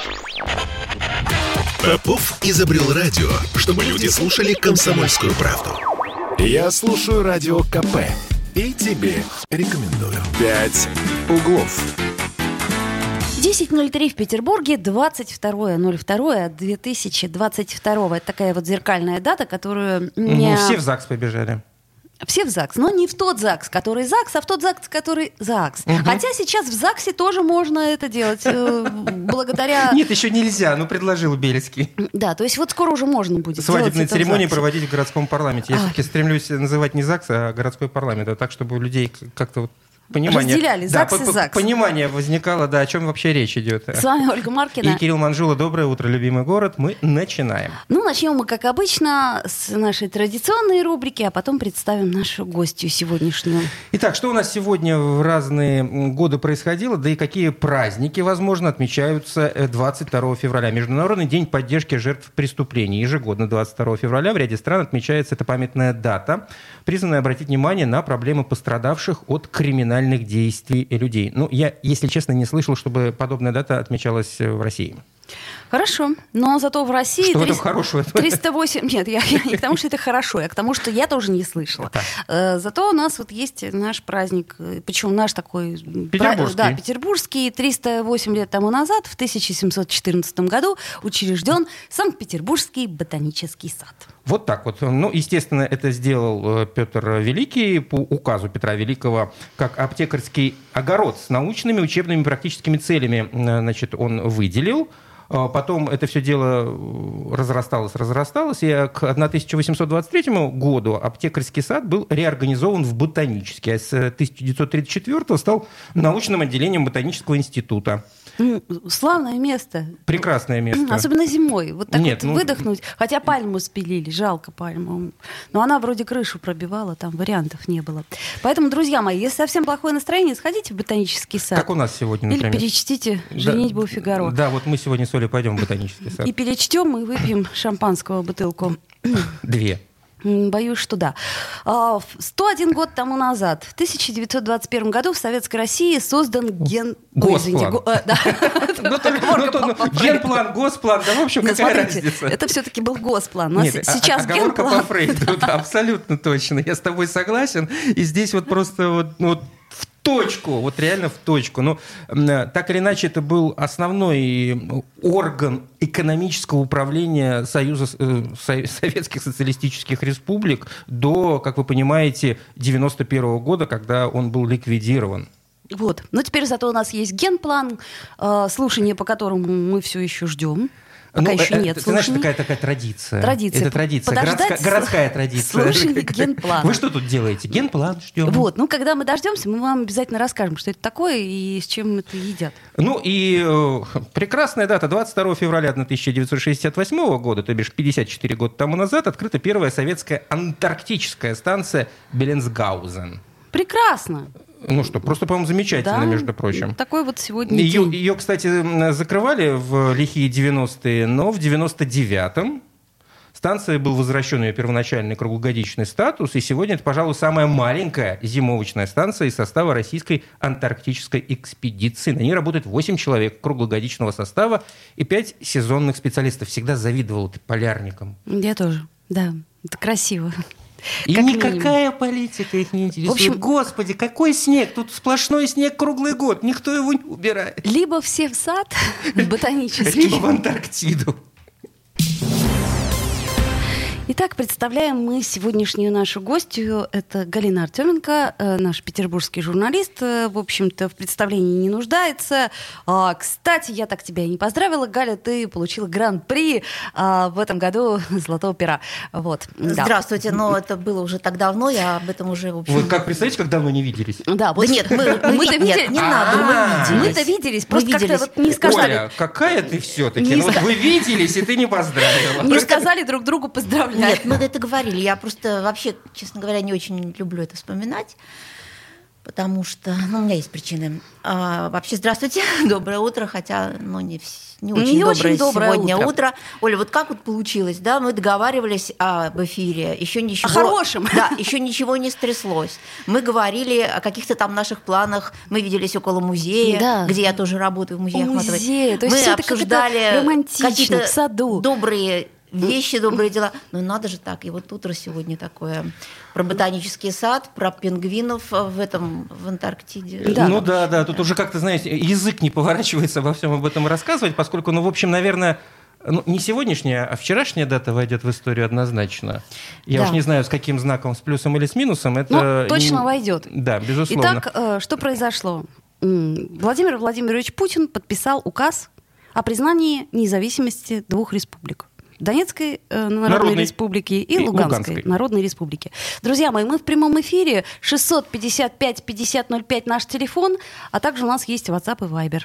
Попов изобрел радио, чтобы люди слушали «Комсомольскую правду». Я слушаю Радио КП и тебе рекомендую. «Пять углов». 10:03 в Петербурге, 22.02.2022. Это такая вот зеркальная дата, которую... Все в ЗАГС побежали. Все в ЗАГС, но не в тот ЗАГС, который ЗАГС, а в тот ЗАГС, который ЗАГС. Хотя сейчас в ЗАГСе тоже можно это делать благодаря... Нет, еще нельзя, предложил Бельский. Да, то есть вот скоро уже можно будет свадебные делать церемонии это в проводить в городском парламенте. Я все-таки стремлюсь называть не ЗАГС, а городской парламент, так, чтобы у людей как-то понимание... Разделяли ЗАГС и ЗАГС. Понимание возникало, о чем вообще речь идет. С вами Ольга Маркина. И Кирилл Манжула. Доброе утро, любимый город. Мы начинаем. Начнем мы, как обычно, с нашей традиционной рубрики, а потом представим нашу гостью сегодняшнюю. Итак, что у нас сегодня в разные годы происходило, да и какие праздники, возможно, отмечаются 22 февраля. Международный день поддержки жертв преступлений. Ежегодно 22 февраля в ряде стран отмечается эта памятная дата, призванная обратить внимание на проблемы пострадавших от криминальных действий людей. Я, если честно, не слышал, чтобы подобная дата отмечалась в России. Хорошо, но зато в России... Что в этом хорошего? 308... Нет, я не к тому, что это хорошо, а к тому, что я тоже не слышала. Зато у нас есть наш праздник, причем наш такой... Петербургский. Да, петербургский. 308 лет тому назад, в 1714 году, учрежден Санкт-Петербургский ботанический сад. Вот так вот. Естественно, это сделал Петр Великий по указу Петра Великого, как аптекарский огород с научными, учебными, практическими целями, он выделил. Потом это все дело разрасталось, и к 1823 году аптекарский сад был реорганизован в ботанический, а с 1934 стал научным отделением ботанического института. Славное место. Прекрасное место. Особенно зимой. Вот так выдохнуть. Хотя пальму спилили, жалко пальму. Но она вроде крышу пробивала, там вариантов не было. Поэтому, друзья мои, если совсем плохое настроение, сходите в ботанический сад. Как у нас сегодня, например. Или перечтите «Женитьбу Фигаро». Да, вот мы сегодня с Олей пойдем в ботанический сад. И перечтем, и выпьем шампанского бутылку. 2. Боюсь, что да. 101 год тому назад, в 1921 году в Советской России создан Госплан. Генплан, Госплан, да, в общем, какая разница? Это все-таки был Госплан. Сейчас оговорка по Фрейду, абсолютно точно. Я с тобой согласен. И здесь просто в точку, реально в точку. Так или иначе, это был основной орган экономического управления Союза Советских Социалистических Республик до, как вы понимаете, 1991 года, когда он был ликвидирован. Но теперь зато у нас есть генплан, слушание по которому мы все еще ждем. Пока еще нет слушаний. Ты знаешь, такая традиция. Это традиция, городская традиция. Слушание генплана. Вы что тут делаете? Генплан ждем. Когда мы дождемся, мы вам обязательно расскажем, что это такое и с чем это едят. Прекрасная дата. 22 февраля 1968 года, то бишь 54 года тому назад, открыта первая советская антарктическая станция Беллинсгаузен. Прекрасно. Просто, по-моему, замечательно, между прочим. Такой сегодня день. Ее, кстати, закрывали в лихие 90-е, но в 99-м станции был возвращен ее первоначальный круглогодичный статус, и сегодня это, пожалуй, самая маленькая зимовочная станция из состава российской антарктической экспедиции. На ней работает 8 человек круглогодичного состава и 5 сезонных специалистов. Всегда завидовал полярникам. Я тоже, да. Это красиво. И никакая политика их не интересует. В общем, Господи, какой снег? Тут сплошной снег круглый год. Никто его не убирает. Либо все в сад ботанический. Либо в Антарктиду. Итак, представляем мы сегодняшнюю нашу гостью. Это Галина Артеменко, наш петербургский журналист. В общем-то, в представлении не нуждается. Кстати, я так тебя и не поздравила. Галя, ты получила гран-при в этом году «Золотого пера». Здравствуйте, но это было уже так давно, я об этом уже, в общем... Вы как, представляете, как давно не виделись? Да, нет, мы-то виделись. Не надо, мы виделись. Мы-то виделись, просто как-то не сказали. Оля, какая ты все-таки? Вы виделись, и ты не поздравила. Не сказали друг другу поздравлять. Нет, мы это говорили. Я просто вообще, честно говоря, не очень люблю это вспоминать. Потому что, у меня есть причины. Вообще, здравствуйте, доброе утро, хотя, не очень доброе сегодня утро. Оля, вот как вот получилось, да, мы договаривались об эфире, еще ничего... О хорошем. Да, еще ничего не стряслось. Мы говорили о каких-то там наших планах, мы виделись около музея, да. где я тоже работаю, в музее Ахматовой. Музей, то есть мы обсуждали какие-то в саду. Добрые вещи, добрые дела. Но надо же так. И вот утро сегодня такое про ботанический сад, про пингвинов в Антарктиде. Да. Да. Тут уже как-то, знаете, язык не поворачивается обо всем об этом рассказывать, поскольку, в общем, наверное, не сегодняшняя, а вчерашняя дата войдет в историю однозначно. Я уж не знаю, с каким знаком, с плюсом или с минусом. Это точно войдет. Да, безусловно. Итак, что произошло? Владимир Владимирович Путин подписал указ о признании независимости двух республик. Донецкой Народной Республики и Луганской Народной Республики. Друзья мои, мы в прямом эфире. 655-5005 наш телефон, а также у нас есть WhatsApp и Viber.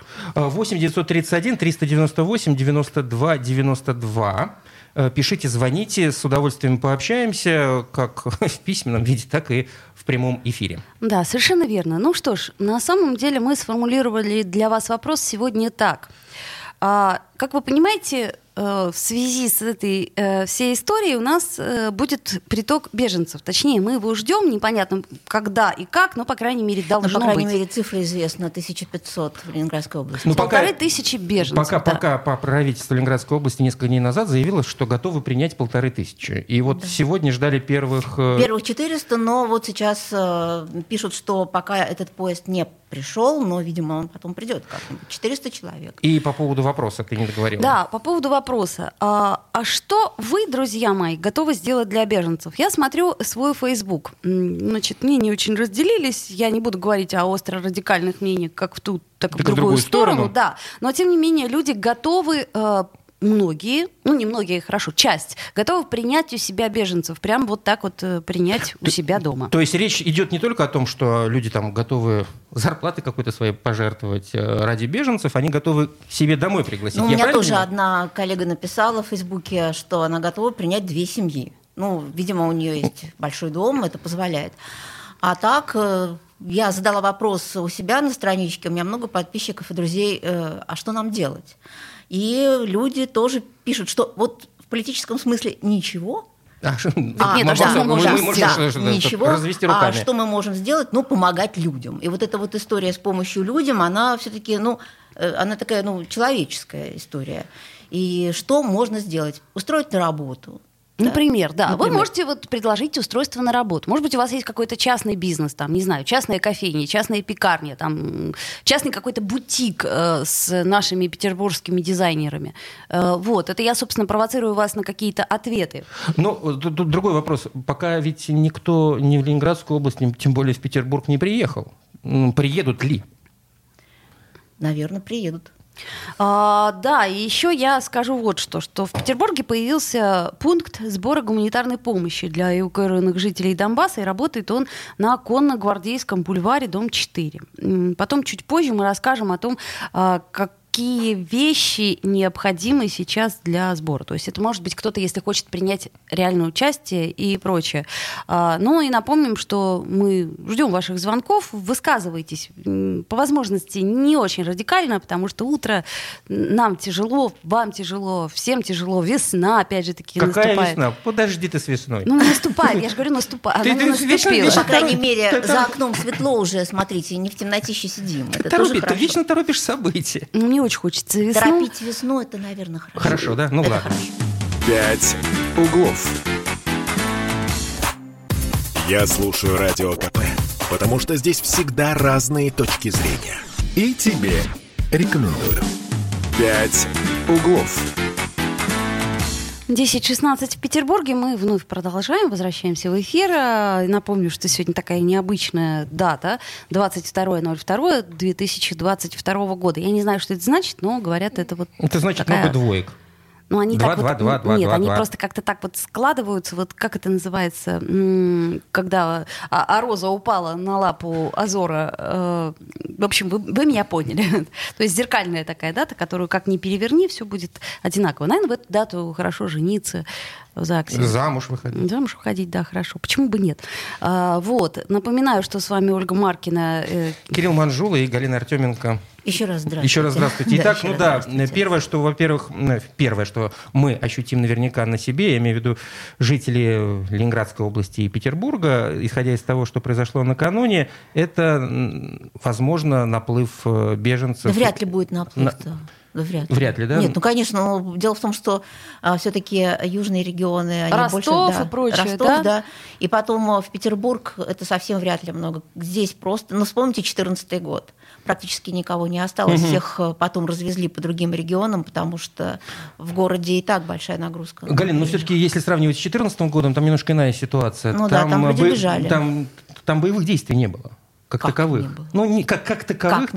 8-931-398-92-92. Пишите, звоните, с удовольствием пообщаемся, как в письменном виде, так и в прямом эфире. Да, совершенно верно. Ну что ж, на самом деле мы сформулировали для вас вопрос сегодня так. Как вы понимаете, в связи с этой всей историей у нас будет приток беженцев. Точнее, мы его ждем, непонятно когда и как, но, по крайней мере, должно быть. По крайней мере, цифра известна, 1500 в Ленинградской области. 1500 беженцев. Пока правительство Ленинградской области несколько дней назад заявило, что готовы принять 1500. И вот сегодня ждали первых... Первых 400, но вот сейчас пишут, что пока этот поезд не пришел, но, видимо, он потом придет как-нибудь. 400 человек. И по поводу вопроса ты не договорила. Да, по поводу вопроса. А что вы, друзья мои, готовы сделать для беженцев? Я смотрю свой Facebook. Значит, мнения очень разделились. Я не буду говорить о остро-радикальных мнениях как в ту, так и в другую сторону. Да. Но, тем не менее, люди готовы... Многие, не многие, хорошо, часть, готовы принять у себя беженцев, прям вот так вот принять у себя дома. То есть речь идет не только о том, что люди там готовы зарплаты какой-то своей пожертвовать ради беженцев, они готовы себе домой пригласить. У меня тоже одна коллега написала в Фейсбуке, что она готова принять 2 семьи. Видимо, у нее есть большой дом, это позволяет. А так... Я задала вопрос у себя на страничке, у меня много подписчиков и друзей, а что нам делать? И люди тоже пишут, что вот в политическом смысле ничего. Ничего. Развести руками. А что мы можем сделать? Помогать людям. И вот эта вот история с помощью людям, она все-таки, она такая, человеческая история. И что можно сделать? Устроить на работу. Например, да. Например. Вы можете предложить устройство на работу. Может быть, у вас есть какой-то частный бизнес, частная кофейня, частная пекарня, частный какой-то бутик с нашими петербургскими дизайнерами. Это я, собственно, провоцирую вас на какие-то ответы. Тут другой вопрос. Пока ведь никто ни в Ленинградскую область, тем более в Петербург не приехал. Приедут ли? Наверное, приедут. Да, и еще я скажу вот что в Петербурге появился пункт сбора гуманитарной помощи для эвакуированных жителей Донбасса, и работает он на Конно-Гвардейском бульваре, дом 4. Потом чуть позже мы расскажем о том, какие вещи необходимы сейчас для сбора. То есть это может быть кто-то, если хочет принять реальное участие и прочее. И напомним, что мы ждем ваших звонков. Высказывайтесь по возможности не очень радикально, потому что утро нам тяжело, вам тяжело, всем тяжело. Весна, опять же таки, наступает. Какая весна? Подожди ты с весной. Наступает, я же говорю, наступает. Она наступила. По крайней мере, за окном светло уже, смотрите, не в темнотище сидим. Это тоже хорошо. Ты вечно торопишь события. Мне очень хочется весну. Торопить весну, это, наверное, хорошо. Хорошо, да? Ладно. 5 углов. Я слушаю Радио КП, потому что здесь всегда разные точки зрения. И тебе рекомендую. 5 углов. 10:16 в Петербурге. Мы вновь продолжаем, возвращаемся в эфир. Напомню, что сегодня такая необычная дата, 22.02.2022 года. Я не знаю, что это значит, но говорят, это вот это значит такая... много двоек. Ну, они так вот... Нет, они 2. просто как-то так вот складываются, вот как это называется, когда роза упала на лапу Азора. В общем, вы меня поняли. То есть зеркальная такая дата, которую как ни переверни, все будет одинаково. Наверное, в эту дату хорошо жениться в ЗАГСе. Замуж выходить. Замуж выходить, да, хорошо. Почему бы нет? Вот. Напоминаю, что с вами Ольга Маркина. Кирилл Манжула и Галина Артеменко. Еще раз здравствуйте. Еще раз здравствуйте. Итак, первое, что, во-первых, что мы ощутим наверняка на себе, я имею в виду жители Ленинградской области и Петербурга, исходя из того, что произошло накануне, это, возможно, наплыв беженцев. Да вряд ли будет наплыв-то. Вряд ли, да? Нет, ну, конечно, но дело в том, что все-таки южные регионы, они Ростов больше... и прочее, Ростов, да. И потом в Петербург это совсем вряд ли много. Здесь просто... Ну, вспомните 2014 год. Практически никого не осталось. Всех потом развезли по другим регионам, потому что в городе и так большая нагрузка. Галина, но все-таки, если сравнивать с 2014 годом, там немножко иная ситуация. Ну там люди бежали. Там боевых действий не было. Как таковых. Не было? Ну, как таковых,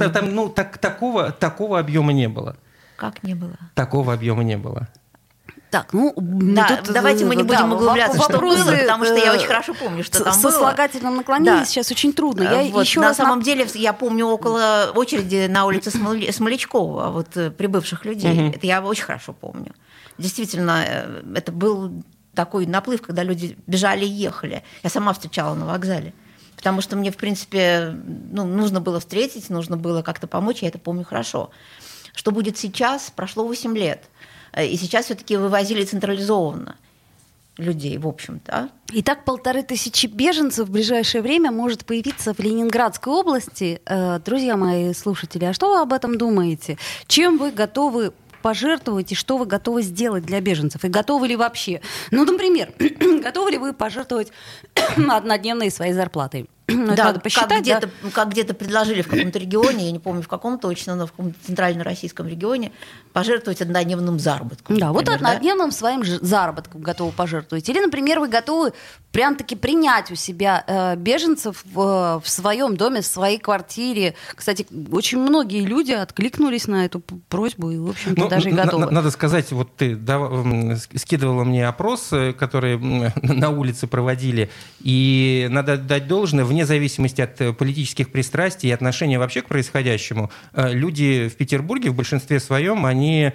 такого объема не было. Как не было? Такого объема не было. Так, ну, да, тут, давайте мы не будем углубляться, что было, потому что я очень хорошо помню, что там было. Со слагательным наклонением сейчас очень трудно. На самом деле, я помню около очереди на улице Смолячкова, вот прибывших людей. Это я очень хорошо помню. Действительно, это был такой наплыв, когда люди бежали и ехали. Я сама встречала на вокзале. Потому что мне, в принципе, нужно было встретить, нужно было как-то помочь, я это помню хорошо. Что будет сейчас? Прошло 8 лет. И сейчас все-таки вывозили централизованно людей, в общем-то. Итак, 1500 беженцев в ближайшее время может появиться в Ленинградской области. Друзья мои слушатели, а что вы об этом думаете? Чем вы готовы пожертвовать и что вы готовы сделать для беженцев? И готовы ли вообще? Ну, например, готовы ли вы пожертвовать однодневной своей зарплатой? Ну, да, надо посчитать, как где-то предложили в каком-то регионе, я не помню в каком точно, но в каком-то центрально-российском регионе, пожертвовать однодневным заработком. Да, например, вот однодневным своим заработком готовы пожертвовать. Или, например, вы готовы прям-таки принять у себя беженцев в своем доме, в своей квартире. Кстати, очень многие люди откликнулись на эту просьбу и, в общем-то, даже и готовы. Надо сказать, вот ты скидывала мне опрос, который на улице проводили, и надо дать должное, вне зависимости от политических пристрастий и отношения вообще к происходящему, люди в Петербурге в большинстве своем, они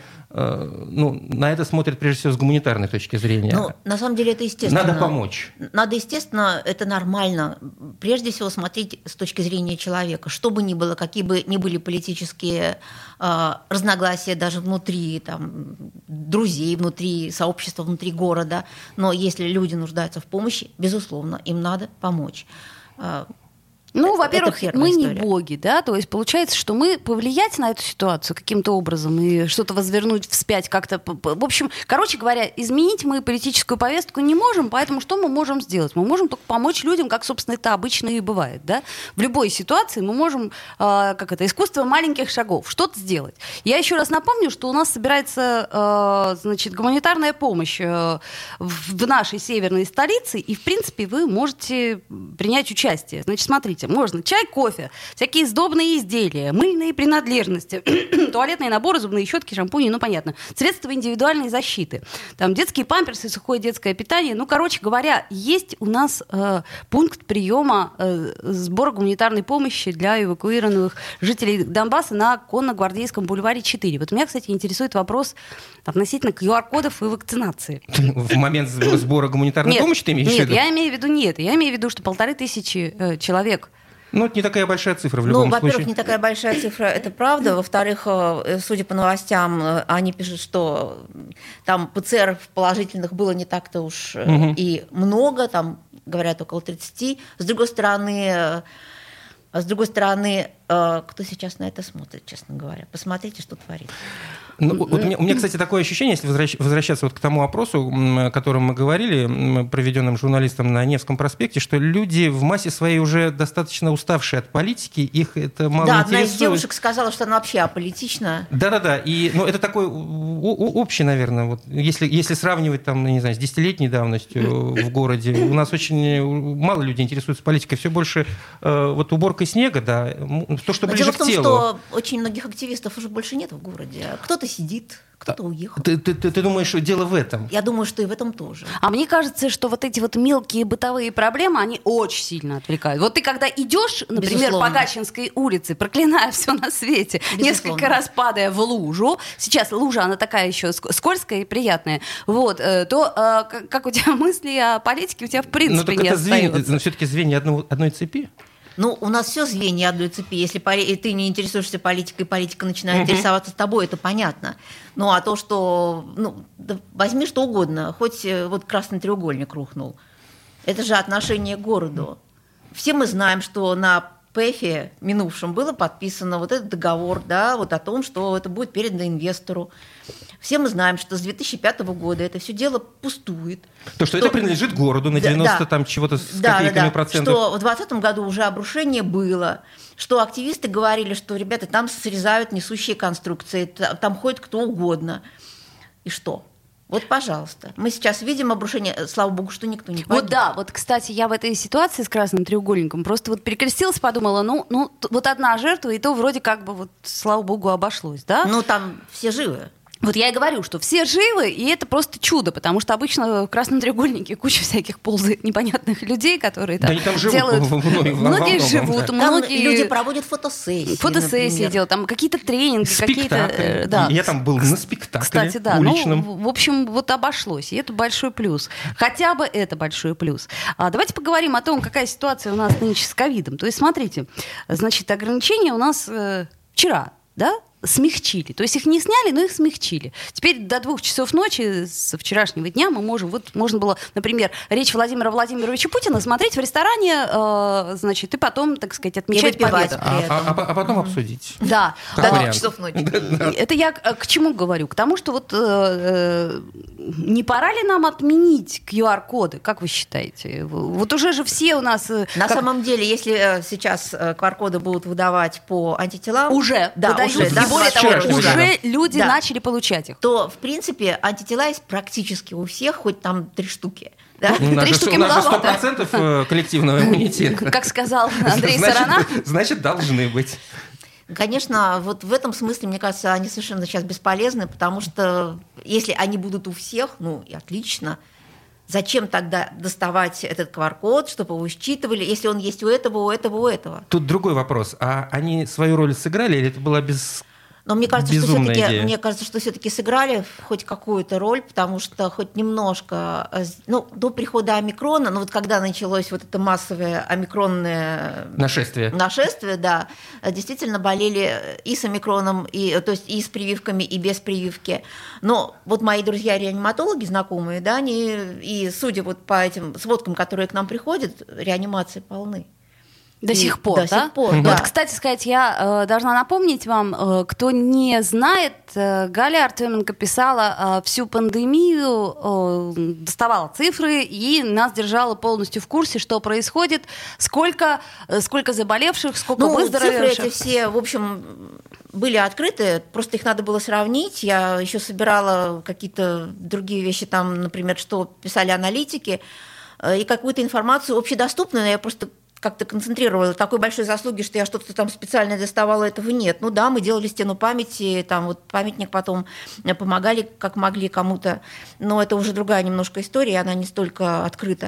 на это смотрят прежде всего с гуманитарной точки зрения. Ну, на самом деле это естественно. Надо помочь. Надо, естественно, это нормально. Прежде всего смотреть с точки зрения человека. Что бы ни было, какие бы ни были политические разногласия даже внутри друзей, внутри сообщества, внутри города. Но если люди нуждаются в помощи, безусловно, им надо помочь. Ну, во-первых, мы не боги, да, то есть получается, что мы повлиять на эту ситуацию каким-то образом и что-то возвернуть вспять как-то. В общем, короче говоря, изменить мы политическую повестку не можем, поэтому что мы можем сделать? Мы можем только помочь людям, как, собственно, это обычно и бывает, да. В любой ситуации мы можем, искусство маленьких шагов, что-то сделать. Я еще раз напомню, что у нас собирается, гуманитарная помощь в нашей северной столице, и, в принципе, вы можете принять участие. Значит, смотрите, можно чай, кофе, всякие сдобные изделия, мыльные принадлежности, туалетные наборы, зубные щетки, шампуни, понятно, средства индивидуальной защиты, там детские памперсы, сухое детское питание. Короче говоря, есть у нас пункт приема сбора гуманитарной помощи для эвакуированных жителей Донбасса на Конно-Гвардейском бульваре 4. Вот меня, кстати, интересует вопрос относительно QR-кодов и вакцинации. В момент сбора гуманитарной помощи ты имеешь в виду? Нет, я имею в виду, что 1500 человек. Это не такая большая цифра в любом случае. Во-первых, не такая большая цифра, это правда. Во-вторых, судя по новостям, они пишут, что там ПЦР положительных было не так-то уж и много, там говорят около 30. С другой стороны, кто сейчас на это смотрит, честно говоря? Посмотрите, что творится. У меня, кстати, такое ощущение, если возвращаться к тому опросу, о котором мы говорили, проведенным журналистом на Невском проспекте, что люди в массе своей уже достаточно уставшие от политики, их это мало интересует. Да, одна из девушек сказала, что она вообще аполитична. Да-да-да, и это такой общий, наверное, если сравнивать с 10-летней давностью в городе, у нас очень мало людей интересуются политикой, все больше уборкой снега, да, то, что ближе к телу. Дело в том, что очень многих активистов уже больше нет в городе. Кто-то сидит, кто-то уехал. Ты думаешь, что дело в этом? Я думаю, что и в этом тоже. А мне кажется, что вот эти вот мелкие бытовые проблемы, они очень сильно отвлекают. Вот ты когда идешь, например, Безусловно. по Гатчинской улице, проклиная все на свете, несколько раз падая в лужу, сейчас лужа, она такая еще скользкая и приятная, вот, то как у тебя мысли о политике у тебя в принципе не остается. Но все-таки звенья одной цепи. Ну, у нас все звенья одной цепи. Если ты не интересуешься политикой, политика начинает интересоваться тобой, это понятно. Ну, а то, что... да возьми что угодно, хоть вот красный треугольник рухнул. Это же отношение к городу. Все мы знаем, что на ПЭФе минувшем было подписано вот этот договор, да, вот о том, что это будет передано инвестору. Все мы знаем, что с 2005 года это все дело пустует. То, что это принадлежит городу на 90 там чего-то с копейками процентов. Что в 2020 году уже обрушение было, что активисты говорили, что, ребята, там срезают несущие конструкции, там ходит кто угодно. И что? Вот, пожалуйста. Мы сейчас видим обрушение, слава богу, что никто не погиб. Вот да, вот, кстати, я в этой ситуации с красным треугольником просто вот перекрестилась, подумала, ну, вот одна жертва, и то вроде как бы вот, слава богу, обошлось, да? Ну, там все живы. Вот я и говорю, что все живы, и это просто чудо, потому что обычно в красном треугольнике куча всяких ползает непонятных людей, которые там, там живут, делают... Многие живут, Там многие... люди проводят фотосессии, Фотосессии делают, там какие-то тренинги, какие-то... Да. Я там был на спектакле, кстати, да, уличном. Ну, в общем, вот обошлось, и это большой плюс. Хотя бы это большой плюс. Давайте поговорим о том, какая ситуация у нас нынче с ковидом. То есть, смотрите, значит, ограничения у нас вчера, да, смягчили. То есть их не сняли, но их смягчили. Теперь до 2 часов ночи со вчерашнего дня мы можем... Вот можно было, например, речь Владимира Владимировича Путина смотреть в ресторане, значит, и потом, так сказать, отмечать победу. А потом обсудить. Да. До 2 часов ночи. Это я к чему говорю? К тому, что вот не пора ли нам отменить QR-коды? Как вы считаете? Вот уже же все у нас... На самом деле, если сейчас QR-коды будут выдавать по антителам... Уже выдают. Уже, да, более того, вчерашнего уже люди начали получать их. То, в принципе, антитела есть практически у всех, хоть там 3 штуки. Да? У нас 3 же штуки 100% коллективного иммунитета. Как сказал Андрей Сарана. Значит, должны быть. Конечно, вот в этом смысле, мне кажется, они совершенно сейчас бесполезны, потому что если они будут у всех, ну и отлично, зачем тогда доставать этот QR-код, чтобы его считывали, если он есть у этого, у этого, у этого? Тут другой вопрос. А они свою роль сыграли или это была Но мне кажется, что все-таки сыграли хоть какую-то роль, потому что хоть немножко, до прихода омикрона, вот когда началось вот это массовое омикронное нашествие, да, действительно болели и с омикроном, то есть и с прививками, и без прививки. Но вот мои друзья-реаниматологи, знакомые, да, они, и судя вот по этим сводкам, которые к нам приходят, реанимации полны. До сих пор, да? Вот, кстати сказать, я должна напомнить вам, кто не знает, Галя Артеменко писала всю пандемию, доставала цифры и нас держала полностью в курсе, что происходит, сколько заболевших, сколько выздоровевших. Цифры эти все, в общем, были открыты, просто их надо было сравнить. Я еще собирала какие-то другие вещи, там, например, что писали аналитики, и какую-то информацию общедоступную, я просто как-то концентрировала. Такой большой заслуги, что я что-то там специально доставала, этого нет. Ну да, мы делали стену памяти, там вот памятник потом помогали, как могли кому-то, но это уже другая немножко история, она не столько открыта.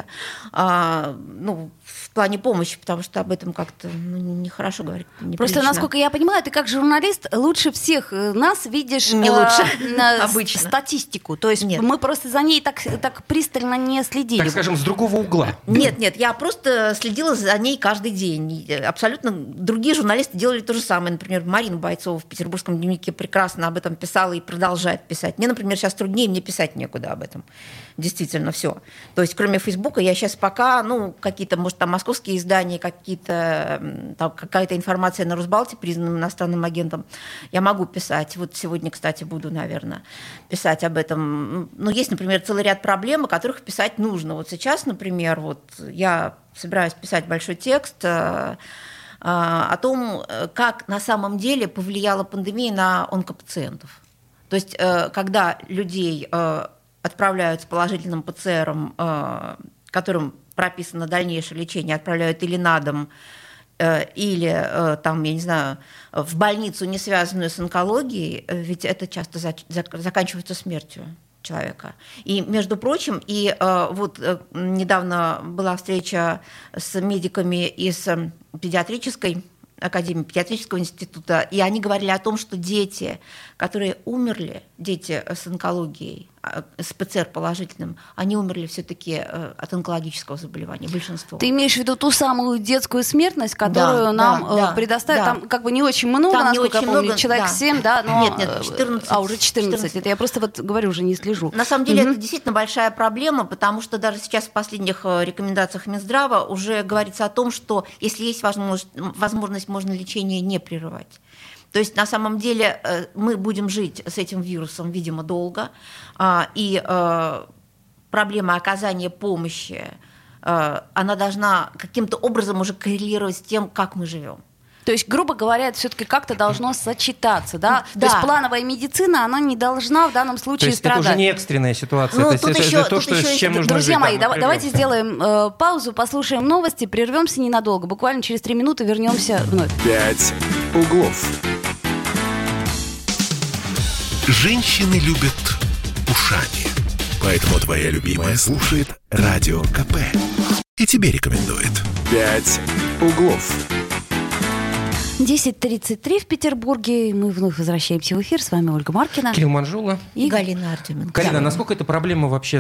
В плане помощи, потому что об этом как-то нехорошо говорить. Неприлично. Просто, насколько я понимаю, ты как журналист лучше всех нас видишь обычно статистику. То есть мы просто за ней так пристально не следили. Так скажем, с другого угла. Нет, я просто следила за ней каждый день. Абсолютно другие журналисты делали то же самое. Например, Марина Бойцова в Петербургском дневнике прекрасно об этом писала и продолжает писать. Мне, например, сейчас труднее, мне писать некуда об этом. Действительно, все. То есть, кроме Фейсбука, я сейчас пока, какие-то, может, там московские издания, какая-то информация на Росбалте, признанным иностранным агентом, я могу писать. Вот сегодня, кстати, буду, наверное, писать об этом. Есть, например, целый ряд проблем, о которых писать нужно. Вот сейчас, например, я собираюсь писать большой текст о том, как на самом деле повлияла пандемия на онкопациентов. То есть, когда людей отправляют с положительным ПЦРом, которым прописано дальнейшее лечение, отправляют или на дом, или там, я не знаю, в больницу, не связанную с онкологией, ведь это часто заканчивается смертью человека. И, между прочим, вот недавно была встреча с медиками из педиатрической академии, педиатрического института, и они говорили о том, что дети, которые умерли, дети с онкологией, с ПЦР положительным, они умерли все-таки от онкологического заболевания, большинство. Ты имеешь в виду ту самую детскую смертность, которую нам предоставят? Да. Там как бы не очень много, там насколько я помню, человек 7, да, но... Нет, 14. А, уже 14. Это я просто вот говорю, уже не слежу. На самом деле это действительно большая проблема, потому что даже сейчас в последних рекомендациях Минздрава уже говорится о том, что если есть возможность, можно лечение не прерывать. То есть на самом деле мы будем жить с этим вирусом, видимо, долго, и проблема оказания помощи, она должна каким-то образом уже коррелировать с тем, как мы живем. То есть, грубо говоря, это все-таки как-то должно сочетаться, да? Да. То есть плановая медицина, она не должна в данном случае страдать. Это уже не экстренная ситуация, Ну, это то, с чем нужно Друзья жить. мои, давайте сделаем паузу, послушаем новости, прервемся ненадолго. Буквально через 3 минуты вернемся вновь. 5 углов. Женщины любят ушами. Поэтому твоя любимая слушает Радио КП. И тебе рекомендует 5 углов. 10:33 в Петербурге. Мы вновь возвращаемся в эфир. С вами Ольга Маркина. Кирилл Манжула. И Галина Артеменко. Галина, насколько это проблема вообще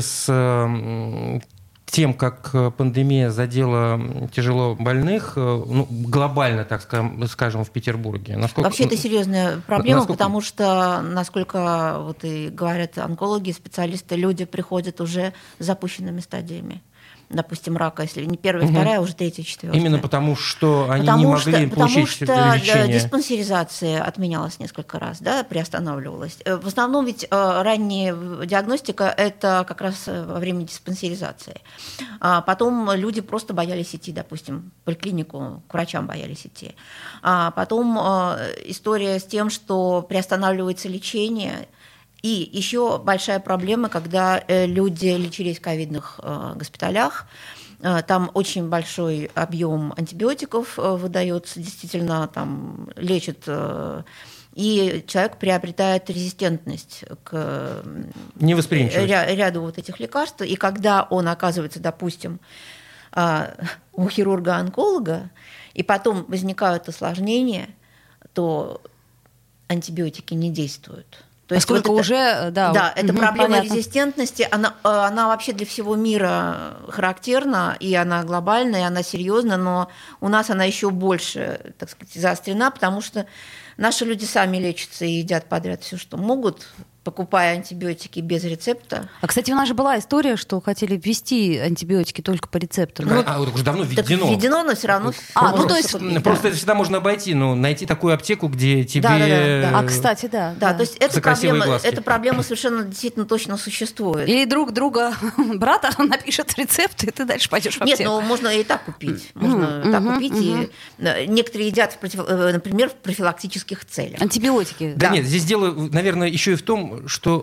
с тем, как пандемия задела тяжело больных, глобально, так скажем, в Петербурге? Вообще это серьезная проблема, потому что, насколько вот и говорят онкологи, специалисты, люди приходят уже с запущенными стадиями. Допустим, рака, если не первая, вторая, а уже третья, четвертая. Именно потому, что они не могли получить лечение. Потому что диспансеризация отменялась несколько раз, да, приостанавливалась. В основном ведь ранняя диагностика – это как раз во время диспансеризации. Потом люди просто боялись идти, допустим, в поликлинику, к врачам боялись идти. Потом история с тем, что приостанавливается лечение. И еще большая проблема, когда люди лечились в ковидных госпиталях, там очень большой объем антибиотиков выдается, действительно там лечат, и человек приобретает резистентность к ряду вот этих лекарств. И когда он оказывается, допустим, у хирурга-онколога, и потом возникают осложнения, то антибиотики не действуют. То есть поскольку вот уже, да, эта проблема резистентности, она вообще для всего мира характерна, и она глобальная, и она серьезна, но у нас она еще больше, так сказать, заострена, потому что наши люди сами лечатся и едят подряд все, что могут, покупая антибиотики без рецепта. А, кстати, у нас же была история, что хотели ввести антибиотики только по рецепту. Это уже давно введено. Введено, но все равно... Просто это всегда можно обойти, найти такую аптеку, где тебе... А, кстати, да. То есть эта проблема совершенно действительно точно существует. Или друг друга брата напишет рецепт, и ты дальше пойдешь в аптеку. Нет, можно и так купить. Можно так купить. И некоторые едят, например, в профилактических целях. Антибиотики. Да нет, здесь дело, наверное, еще и в том, что,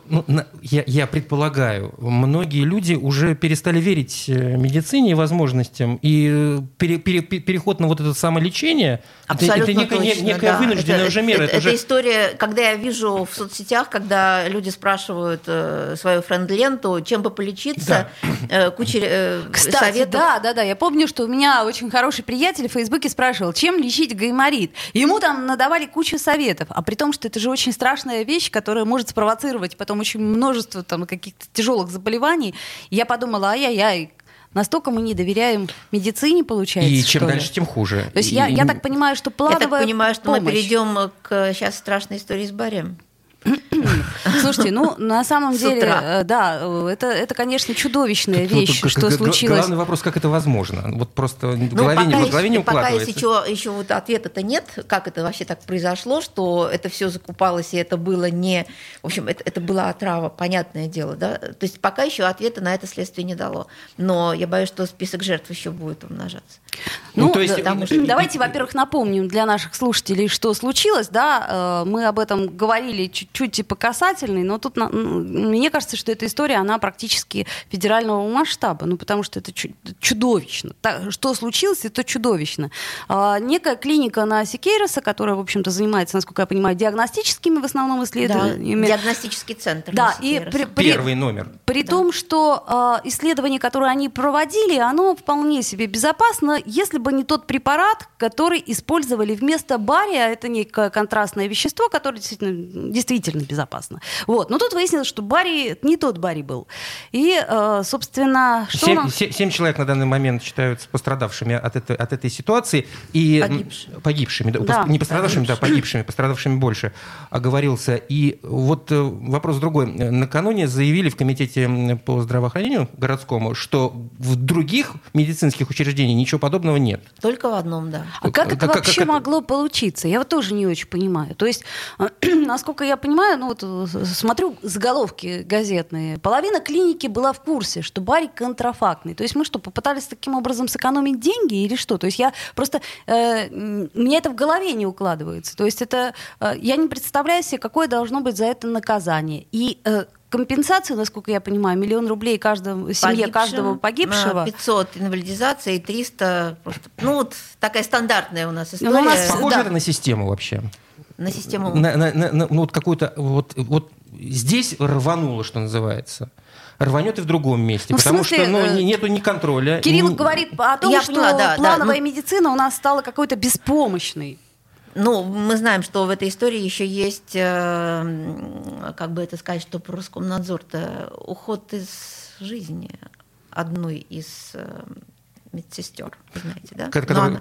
я предполагаю, многие люди уже перестали верить медицине и возможностям, и переход на вот это самолечение, это некая вынужденная уже мера. Это история, когда я вижу в соцсетях, когда люди спрашивают свою френд-ленту, чем бы полечиться, куча Кстати, советов. Да, я помню, что у меня очень хороший приятель в Фейсбуке спрашивал, чем лечить гайморит. Ему там надавали кучу советов, а при том, что это же очень страшная вещь, которая может спровоцировать потом очень множество там каких-то тяжелых заболеваний. И я подумала, ай-яй-яй, настолько мы не доверяем медицине, получается. И чем дальше, тем хуже. То есть я так понимаю, что плановая помощь... Я так понимаю, что мы перейдем к сейчас страшной истории с Барем. Слушайте, на самом деле, да, это, конечно, чудовищная вещь, что случилось. Главный вопрос, как это возможно? Вот просто в голове не укладывается. Пока еще вот ответа-то нет, как это вообще так произошло, что это все закупалось, и это было не... В общем, это была отрава, понятное дело, да? То есть пока еще ответа на это следствие не дало. Но я боюсь, что список жертв еще будет умножаться. Давайте, во-первых, напомним для наших слушателей, что случилось, да, мы об этом говорили чуть чуть-чуть типа касательный, но тут мне кажется, что эта история, она практически федерального масштаба, ну потому что это чудовищно. Что случилось, это чудовищно. Некая клиника на Сикейроса, которая, в общем-то, занимается, насколько я понимаю, диагностическими в основном исследованиями. Да, диагностический центр. Да, и первый номер. При том, что исследование, которое они проводили, оно вполне себе безопасно, если бы не тот препарат, который использовали вместо бария. Это некое контрастное вещество, которое действительно безопасно. Вот. Но тут выяснилось, что барий не тот барий был. И, собственно... 7 человек на данный момент считаются пострадавшими от этой ситуации. И погибшими. Да. Не пострадавшими, да, погибшими. Пострадавшими больше оговорился. И вот вопрос другой. Накануне заявили в Комитете по здравоохранению городскому, что в других медицинских учреждениях ничего подобного нет. Только в одном, да. А как это вообще могло получиться? Я вот тоже не очень понимаю. То есть, насколько я понимаю, ну вот смотрю заголовки газетные, половина клиники была в курсе, что барий контрафактный. То есть мы что, попытались таким образом сэкономить деньги или что? То есть я просто... мне это в голове не укладывается. То есть это... я не представляю себе, какое должно быть за это наказание. И компенсацию, насколько я понимаю, 1 000 000 рублей семье каждого погибшего. 500 инвалидизация и 300 просто... Ну, вот такая стандартная у нас история. Похоже это на систему вообще? На систему... Ну, вот какую-то... Вот здесь рвануло, что называется. Рванет и в другом месте, ну, потому смысле, что нету ни контроля. Кирилл говорит о том, что плановая медицина у нас стала какой-то беспомощной. Ну, мы знаем, что в этой истории еще есть, как бы это сказать, что Роскомнадзор-то уход из жизни одной из медсестер, знаете, да?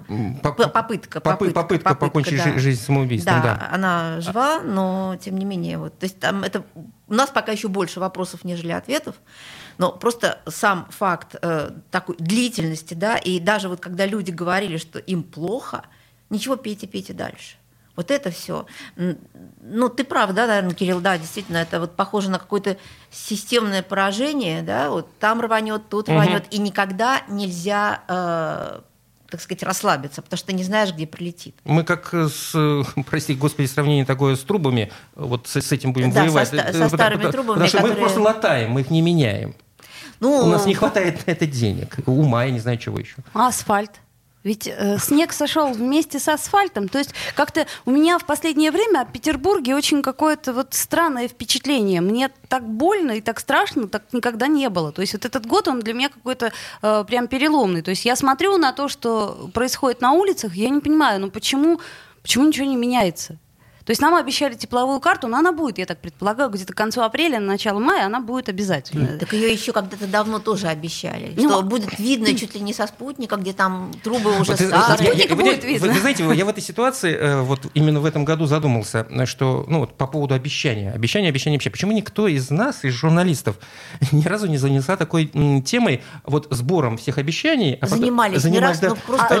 Попытка покончить жизнь самоубийством. Да, она жива, но тем не менее, вот, то есть там это у нас пока еще больше вопросов, нежели ответов. Но просто сам факт такой длительности, да, и даже вот когда люди говорили, что им плохо, ничего, пейте дальше. Вот это все. Ну, ты прав, да, наверное, Кирилл, да, действительно, это вот похоже на какое-то системное поражение, да, вот там рванет, тут рванет, и никогда нельзя, так сказать, расслабиться, потому что ты не знаешь, где прилетит. Мы как прости господи, сравнение такое с трубами, вот с этим будем воевать. Со старыми трубами, потому что мы их просто латаем, мы их не меняем. Ну, у нас не хватает на это денег, ума, я не знаю, чего еще. Асфальт. Ведь снег сошел вместе с асфальтом. То есть как-то у меня в последнее время о Петербурге очень какое-то вот странное впечатление. Мне так больно и так страшно, так никогда не было. То есть вот этот год, он для меня какой-то прям переломный. То есть я смотрю на то, что происходит на улицах, я не понимаю, ну почему ничего не меняется? То есть нам обещали тепловую карту, но она будет, я так предполагаю, где-то к концу апреля, начало мая она будет обязательно. Так ее еще когда-то давно тоже обещали, что будет видно чуть ли не со спутника, где там трубы уже старые. Вы знаете, я в этой ситуации, вот именно в этом году задумался, что, ну вот по поводу обещания. Обещания. Почему никто из нас, из журналистов, ни разу не занялся такой темой, вот сбором всех обещаний? Занимались не раз, но просто...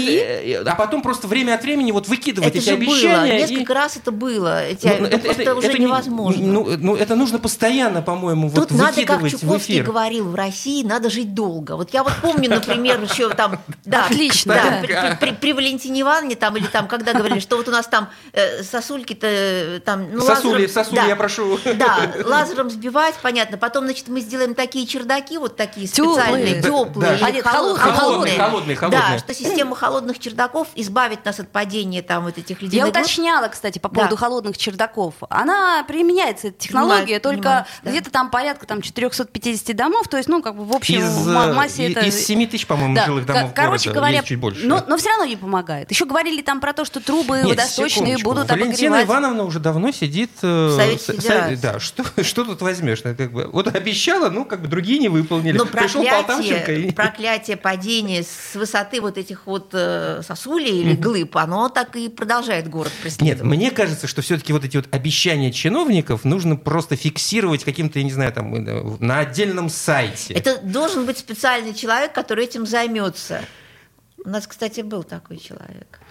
А потом просто время от времени вот выкидывать эти обещания. Это же было, несколько раз это было. Это уже невозможно. Это нужно постоянно, по-моему, тут вот надо, как выкидывать в Чуковский эфир. Говорил, в России надо жить долго. Вот я вот помню, например, еще там... Отлично. Да, при Валентине Ивановне там, или там, когда говорили, что вот у нас там сосульки-то... там, ну, сосули, я прошу. Да, лазером сбивать, понятно. Потом, значит, мы сделаем такие чердаки, вот такие специальные, теплые, или холодные. Да, что система холодных чердаков избавит нас от падения там вот этих ледяных. Я уточняла, кстати, по поводу холодных чердаков. Она применяется, эта технология, только где-то там порядка 450 домов, то есть, ну, как бы в общем массе это... Из 7 тысяч, по-моему, жилых домов короче города, говоря, есть чуть больше. Но все равно не помогает. Еще говорили там про то, что трубы водосточные будут обогревать. Валентина Ивановна уже давно сидит в Совете Федерации. Да, что тут возьмешь? Вот обещала, ну, как бы другие не выполнили. Но пришел Полтавченко и... проклятие падения с высоты вот этих вот сосулей или глыб, оно так и продолжает город преследовать. Нет, мне кажется, что все-таки вот эти вот обещания чиновников нужно просто фиксировать каким-то, я не знаю, там, на отдельном сайте. Это должен быть специальный человек, который этим займется. У нас, кстати, был такой человек.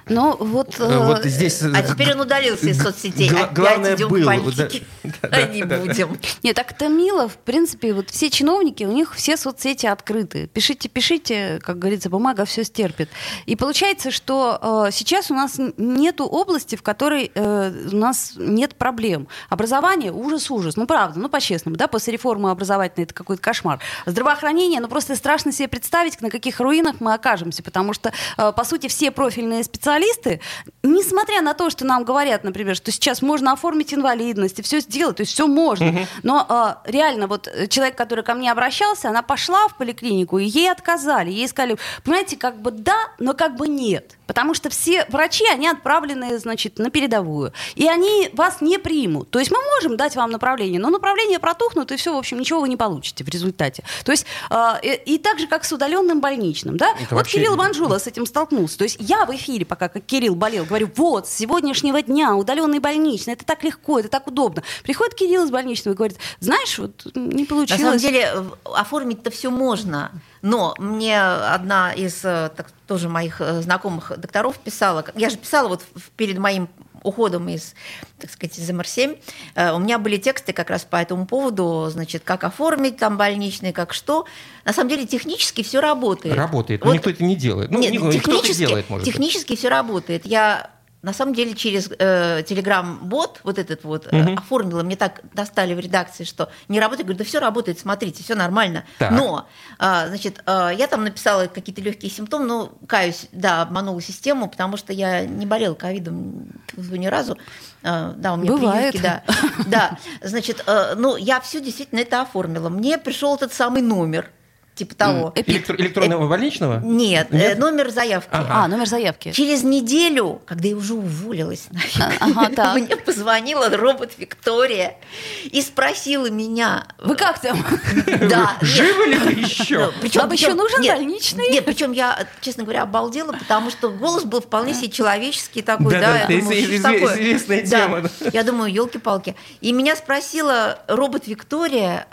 Но вот здесь... А теперь он удалился из соцсетей. Главное Опять идем было. к политике. Не будем. Нет, так это мило. В принципе, вот все чиновники, у них все соцсети открыты. Пишите, как говорится, бумага все стерпит. И получается, что сейчас у нас нету области, в которой у нас нет проблем. Образование — ужас. Ну, правда, по-честному, да, после реформы образовательной это какой-то кошмар. Здравоохранение, просто страшно себе представить, на каких руинах мы окажемся, потому что, по сути, все профильные специалисты, несмотря на то, что нам говорят, например, что сейчас можно оформить инвалидность и все сделать, то есть все можно, но реально вот человек, который ко мне обращался, она пошла в поликлинику, и ей отказали, ей сказали, понимаете, как бы да, но как бы нет. Потому что все врачи, они отправлены, значит, на передовую. И они вас не примут. То есть мы можем дать вам направление, но направление протухнут, и все, в общем, ничего вы не получите в результате. То есть и так же, как с удаленным больничным. Да? Вот вообще... Кирилл Манжула с этим столкнулся. То есть я в эфире, пока как Кирилл болел, говорю, вот, с сегодняшнего дня удаленный больничный, это так легко, это так удобно. Приходит Кирилл из больничного и говорит, знаешь, вот не получилось. На самом деле оформить-то все можно. Но мне одна из тоже моих знакомых докторов писала, я же писала вот перед моим уходом из, так сказать, из МР-7, у меня были тексты как раз по этому поводу, значит, как оформить там больничный, как что. На самом деле технически все работает. Работает, но никто это не делает. Нет, кто-то делает, может быть. Технически все работает. Я на самом деле через Telegram-бот вот этот вот оформила, мне так достали в редакции, что не работает. Я говорю, да все работает, смотрите, все нормально. Так. Но, значит, я там написала какие-то легкие симптомы, но, каюсь, да, обманула систему, потому что я не болела ковидом ни разу. Да, у меня бывает. прививки, да. Да, значит, ну, я все действительно это оформила. Мне пришел этот самый номер. Типа того. Электронного больничного? Нет, номер заявки. Номер заявки. Через неделю, когда я уже уволилась, мне позвонила робот Виктория и спросила меня... Вы как там? Да. Живы ли вы еще? Вам еще нужен больничный? Нет, причем я, честно говоря, обалдела, потому что голос был вполне себе человеческий такой. Да, это известная тема. Я думаю, елки-палки. И меня спросила робот Виктория...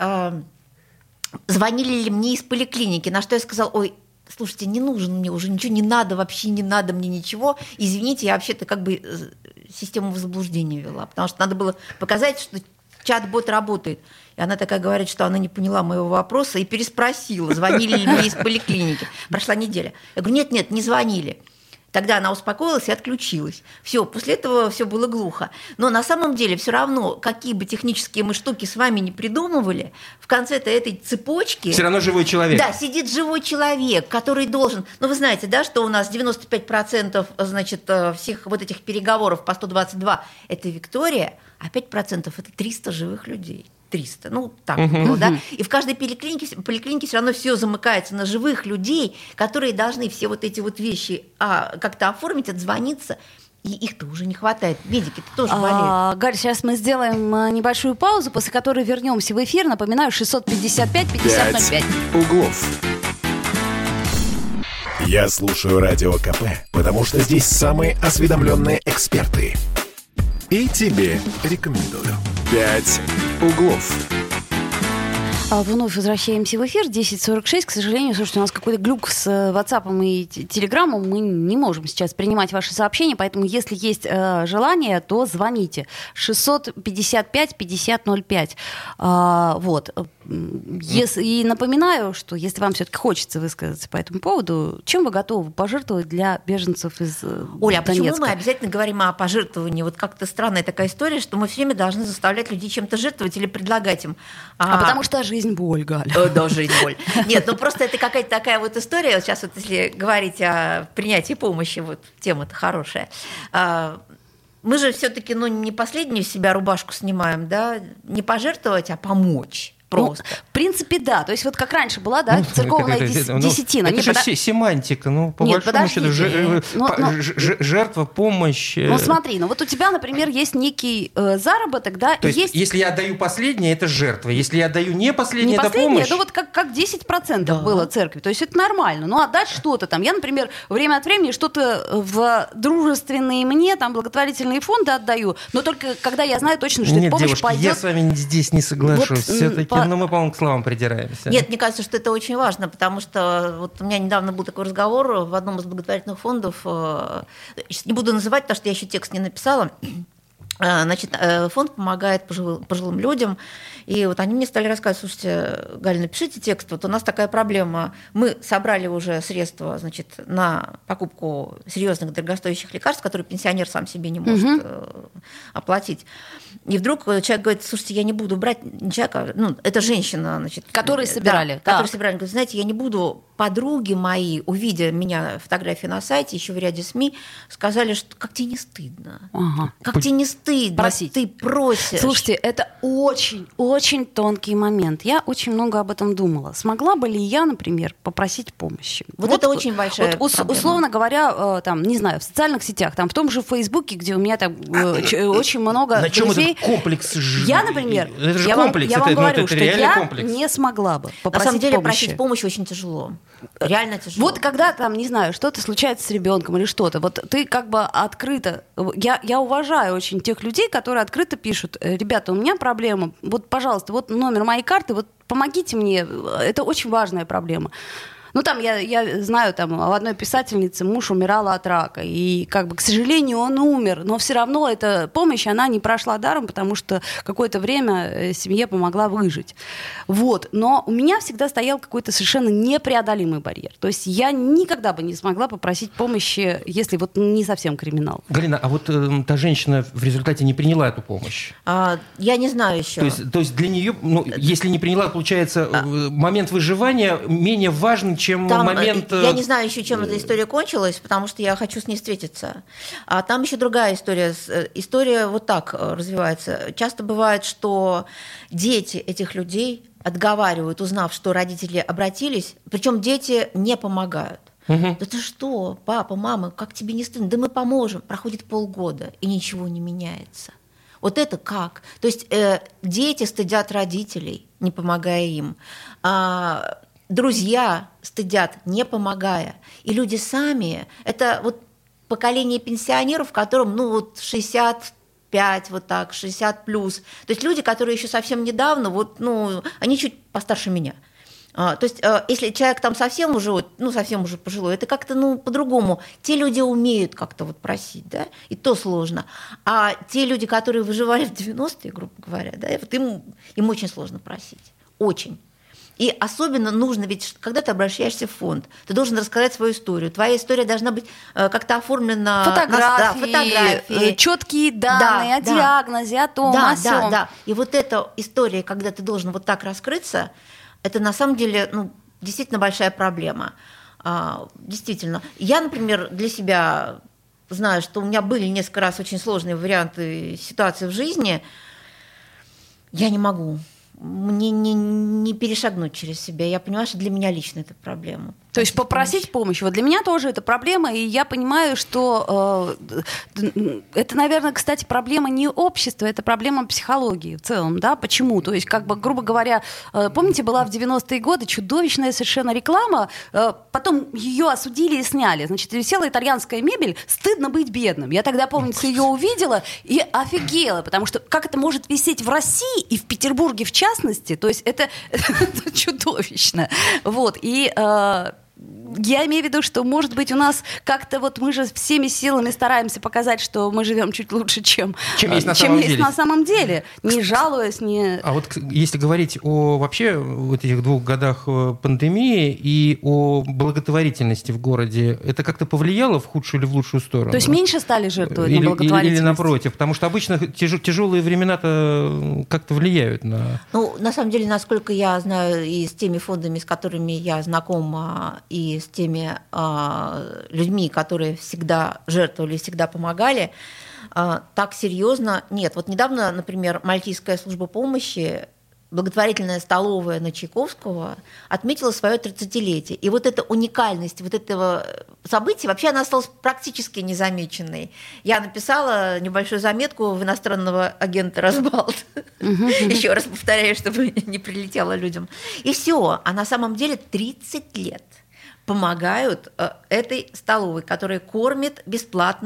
звонили ли мне из поликлиники, на что я сказала, ой, слушайте, не нужен мне уже ничего, не надо, вообще не надо мне ничего, извините, я вообще-то как бы систему в заблуждение ввела, потому что надо было показать, что чат-бот работает. И она такая говорит, что она не поняла моего вопроса и переспросила, звонили ли мне из поликлиники. Прошла неделя. Я говорю, нет, не звонили. Тогда она успокоилась и отключилась. Все, после этого все было глухо. Но на самом деле все равно, какие бы технические мы штуки с вами не придумывали, в конце-то этой цепочки... Все равно живой человек. Да, сидит живой человек, который должен... Ну, вы знаете, да, что у нас 95% значит, всех вот этих переговоров по 122 – это Виктория, а 5% – это 300 живых людей. 300, ну так было, да. И в каждой поликлинике все равно все замыкается на живых людей, которые должны все вот эти вот вещи как-то оформить, отзвониться. И их-то уже не хватает. Медики-то тоже болеют. Галь, сейчас мы сделаем небольшую паузу, после которой вернемся в эфир. Напоминаю, 655-5005. 5 углов. Я слушаю Радио КП, потому что здесь самые осведомленные эксперты. И тебе рекомендую. 5 углов. Вновь возвращаемся в эфир. 10:46. К сожалению, слушайте, у нас какой-то глюк с WhatsApp и Телеграмом. Мы не можем сейчас принимать ваши сообщения, поэтому если есть желание, то звоните. 655-5005. Вот. И напоминаю, что если вам все-таки хочется высказаться по этому поводу, чем вы готовы пожертвовать для беженцев из Оля, Донецка? Почему мы обязательно говорим о пожертвовании? Вот как-то странная такая история, что мы все время должны заставлять людей чем-то жертвовать или предлагать им. Потому что жизнь боль, Галя. Да, жизнь боль. Нет, ну просто это какая-то такая вот история. Вот сейчас вот если говорить о принятии помощи, вот тема-то хорошая. Мы же все-таки не последнюю с себя рубашку снимаем, да? Не пожертвовать, а помочь. Просто. В принципе, да. То есть вот как раньше была, да, церковная десятина. Это же семантика. По большому счету, жертва, помощь. Ну смотри, вот у тебя, например, есть некий заработок, да. То есть если я отдаю последнее, это жертва. Если я отдаю не последнее, это помощь. Ну вот как 10% было церкви. То есть это нормально. Ну отдать что-то там. Я, например, время от времени что-то в дружественные мне, там, благотворительные фонды отдаю, но только когда я знаю точно, что эта помощь пойдет. Я с вами здесь не соглашусь. Все-таки, мы, по-моему, к словам придираемся. Нет, мне кажется, что это очень важно, потому что вот у меня недавно был такой разговор в одном из благотворительных фондов. Сейчас не буду называть, потому что я еще текст не написала. Значит, фонд помогает пожилым людям. И вот они мне стали рассказывать: слушайте, Галя, напишите текст, вот у нас такая проблема. Мы собрали уже средства, значит, на покупку серьезных дорогостоящих лекарств, которые пенсионер сам себе не может оплатить. И вдруг человек говорит: слушайте, я не буду брать человека, ну, это женщина, значит, которые собирали. Да, которые собирали. Говорит: знаете, я не буду. Подруги мои, увидя меня фотографии на сайте, еще в ряде СМИ, сказали, что как тебе не стыдно? Как тебе не стыдно? Просить. Ты просишь. Слушайте, это очень тонкий момент. Я очень много об этом думала. Смогла бы ли я, например, попросить помощи? Вот это очень большая проблема. Условно говоря, там, не знаю, в социальных сетях, там, в том же Фейсбуке, где у меня там очень много на чем друзей. этот комплекс? Я, например, это же я комплекс, вам говорю, это что реальный я комплекс. не смогла бы попросить на самом деле помощи. просить помощи очень тяжело. Реально тяжело. Вот когда там, не знаю, что-то случается с ребенком или что-то, вот ты как бы открыто... Я уважаю очень тех людей, которые открыто пишут: ребята, у меня проблема, вот, пожалуйста, вот номер моей карты, вот помогите мне, это очень важная проблема. Ну, там, я знаю, там, у одной писательницы муж умирал от рака, и, как бы, к сожалению, он умер, но все равно эта помощь, она не прошла даром, потому что какое-то время семье помогла выжить. Вот. Но у меня всегда стоял какой-то совершенно непреодолимый барьер. То есть я никогда бы не смогла попросить помощи, если вот не совсем криминал. Галина, а вот та женщина в результате не приняла эту помощь? Я не знаю еще. То есть для нее, ну, если не приняла, получается, момент выживания менее важен, чем там, момент... Я не знаю еще, чем эта история кончилась, потому что я хочу с ней встретиться. А там еще другая история. История вот так развивается. Часто бывает, что дети этих людей отговаривают, узнав, что родители обратились, причем дети не помогают. Да ты что, папа, мама, как тебе не стыдно? Да мы поможем. Проходит полгода, и ничего не меняется. Вот это как? То есть дети стыдят родителей, не помогая им. Друзья стыдят, не помогая. И люди сами, это вот поколение пенсионеров, которым, ну, вот 65, вот так, 60 плюс. То есть люди, которые еще совсем недавно, вот, ну, они чуть постарше меня. То есть если человек там совсем уже пожилой, это как-то, ну, по-другому. Те люди умеют как-то вот просить, да, и то сложно. А те люди, которые выживали в 90-е, грубо говоря, да, вот им очень сложно просить. Очень. И особенно нужно, ведь когда ты обращаешься в фонд, ты должен рассказать свою историю. Твоя история должна быть как-то оформлена... Фотографии, четкие данные о диагнозе, о том, о сём. Да. И вот эта история, когда ты должен вот так раскрыться, это на самом деле, ну, действительно большая проблема. Действительно. Я, например, для себя знаю, что у меня были несколько раз очень сложные варианты ситуации в жизни. Я не могу. Мне не перешагнуть через себя. Я понимаю, что для меня лично это проблема. То есть попросить помощи. Вот для меня тоже это проблема, и я понимаю, что это, наверное, кстати, проблема не общества, это проблема психологии в целом, да? Почему? То есть, как бы, грубо говоря, помните, была в 90-е годы чудовищная совершенно реклама, потом ее осудили и сняли. Значит, висела итальянская мебель, стыдно быть бедным. Я тогда, помнится, ее увидела и офигела, потому что как это может висеть в России и в Петербурге в частности, то есть это чудовищно. Вот, и... Я имею в виду, что, может быть, у нас как-то вот мы же всеми силами стараемся показать, что мы живем чуть лучше, чем есть на самом деле, не жалуясь, не... А вот если говорить о вообще вот этих 2 годах пандемии и о благотворительности в городе, это как-то повлияло в худшую или в лучшую сторону? То есть меньше стали жертвовать на благотворительность? Или напротив? Потому что обычно тяжелые времена-то как-то влияют на... Ну, на самом деле, насколько я знаю, и с теми фондами, с которыми я знакома, и с теми людьми, которые всегда жертвовали, всегда помогали, так серьезно нет. Вот недавно, например, Мальтийская служба помощи, благотворительная столовая на Чайковского, отметила свое 30-летие. И вот эта уникальность вот этого события, вообще она осталась практически незамеченной. Я написала небольшую заметку в иностранного агента Росбалт. Еще раз повторяю, чтобы не прилетело людям. И все. А на самом деле 30 лет помогают этой столовой, которая кормит бесплатно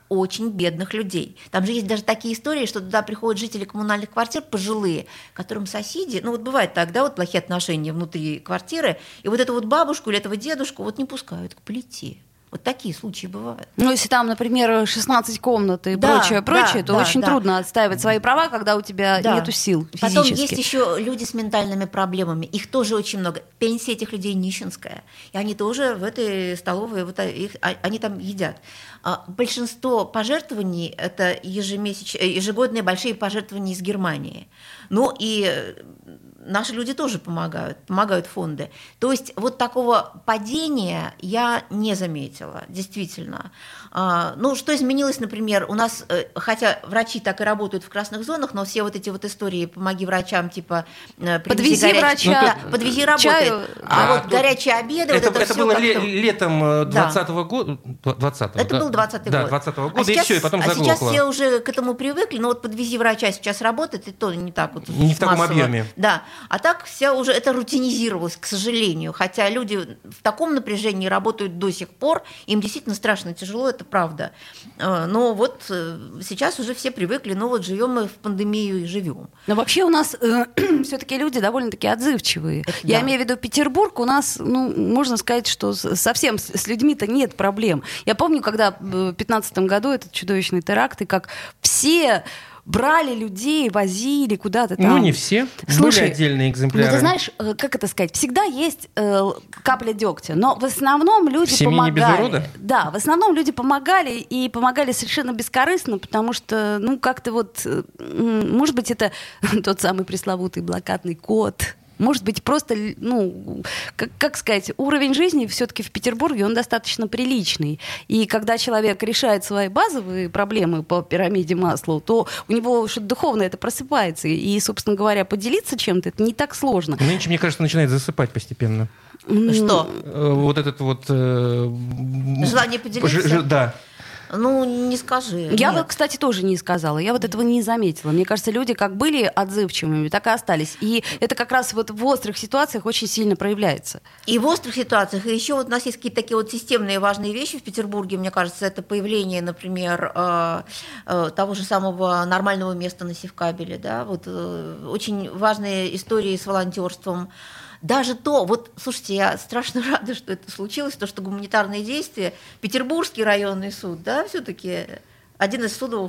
очень бедных людей. Там же есть даже такие истории, что туда приходят жители коммунальных квартир пожилые, которым соседи, ну вот бывает так, да, вот плохие отношения внутри квартиры, и вот эту вот бабушку или этого дедушку вот не пускают к плите. Вот такие случаи бывают. Ну, если там, например, 16 комнат и прочее, то очень трудно отстаивать свои права, когда у тебя нету сил физически. Потом есть еще люди с ментальными проблемами. Их тоже очень много. Пенсия этих людей нищенская. И они тоже в этой столовой, они там едят. Большинство пожертвований – это ежегодные большие пожертвования из Германии. Ну и наши люди тоже помогают фонды. То есть вот такого падения я не заметила, действительно. Ну, что изменилось, например, у нас, хотя врачи так и работают в красных зонах, но все вот эти вот истории «помоги врачам», типа «подвези врача», «подвези работает», вот горячие обеды, это было летом 2020 года. Это был 2020 год. Да, 2020 года, и все, и потом заглохло. Сейчас все уже к этому привыкли, но вот «подвези врача» сейчас работает, и то не так вот не в таком объеме. Да, а так вся уже это рутинизировалось, к сожалению, хотя люди в таком напряжении работают до сих пор, им действительно страшно тяжело, это правда. Но вот сейчас уже все привыкли, но вот живем мы в пандемию и живем. Но вообще у нас все-таки люди довольно-таки отзывчивые. Я имею в виду Петербург, у нас, можно сказать, что совсем с людьми-то нет проблем. Я помню, когда в 2015 году этот чудовищный теракт, и как все брали людей, возили куда-то там. Ну, не все. Слушай, были отдельные экземпляры. Ну, ты знаешь, как это сказать, всегда есть капля дегтя, но в основном люди помогали. Да, в основном люди помогали, и помогали совершенно бескорыстно, потому что, как-то вот, может быть, это тот самый пресловутый блокадный код. Может быть, просто, как сказать, уровень жизни все-таки в Петербурге, он достаточно приличный. И когда человек решает свои базовые проблемы по пирамиде Маслоу, то у него что-то духовное это просыпается. И, собственно говоря, поделиться чем-то это не так сложно. Нынче, мне кажется, начинает засыпать постепенно. Что? Вот этот вот... Желание поделиться? Да. Ну, не скажи. Я бы, кстати, тоже не сказала. Я вот этого не заметила. Мне кажется, люди как были отзывчивыми, так и остались. И это как раз вот в острых ситуациях очень сильно проявляется. И в острых ситуациях. И еще вот у нас есть какие-то такие вот системные важные вещи в Петербурге. Мне кажется, это появление, например, того же самого нормального места на Севкабеле. Да? Вот, очень важные истории с волонтерством. Даже то, вот, слушайте, я страшно рада, что это случилось, то, что гуманитарные действия, Петербургский районный суд, да, все-таки один из судов,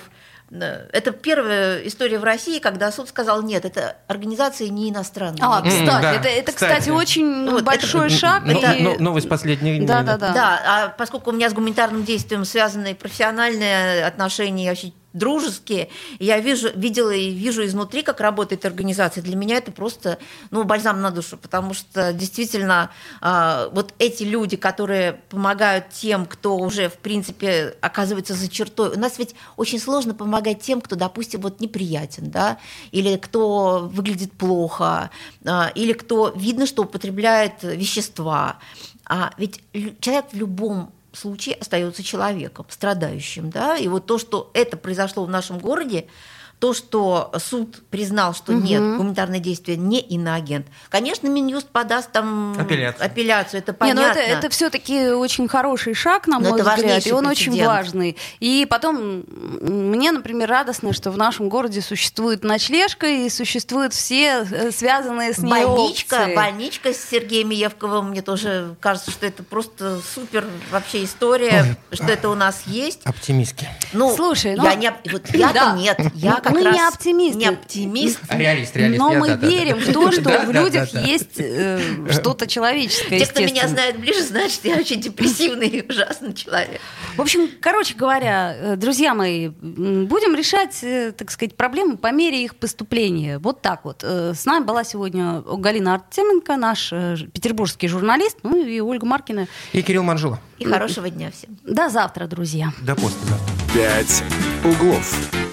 это первая история в России, когда суд сказал, нет, это организации не иностранные. Кстати, это, кстати, очень большой шаг. Новость последних дней. Да, а поскольку у меня с гуманитарным действием связаны профессиональные отношения, вообще дружеские, я видела и вижу изнутри, как работает организация. Для меня это просто бальзам на душу, потому что действительно вот эти люди, которые помогают тем, кто уже, в принципе, оказывается за чертой. У нас ведь очень сложно помогать тем, кто, допустим, вот неприятен, да, или кто выглядит плохо, или кто видно, что употребляет вещества. Ведь человек в любом случае остается человеком, страдающим. Да? И вот то, что это произошло в нашем городе, то, что суд признал, что нет, гуманитарное действие не иноагент. Конечно, Минюст подаст там апелляцию, это понятно. Это все-таки очень хороший шаг, на мой взгляд, и он очень важный. И потом мне, например, радостно, что в нашем городе существует ночлежка и существуют все связанные с ней опции. Больничка с Сергеем Евковым, мне тоже кажется, что это просто супер вообще история, что это у нас есть. Оптимистки. Слушай, я-то нет, я мы не оптимисты. Не оптимист. Реалист. Но мы верим в то, что в людях есть что-то человеческое. Те, кто меня знает ближе, знают, что я очень депрессивный и ужасный человек. В общем, короче говоря, друзья мои, будем решать, так сказать, проблемы по мере их поступления. Вот так вот. С нами была сегодня Галина Артеменко, наш петербургский журналист, и Ольга Маркина. И Кирилл Манжула. И хорошего дня всем. До завтра, друзья. До послезавтра. 5 углов.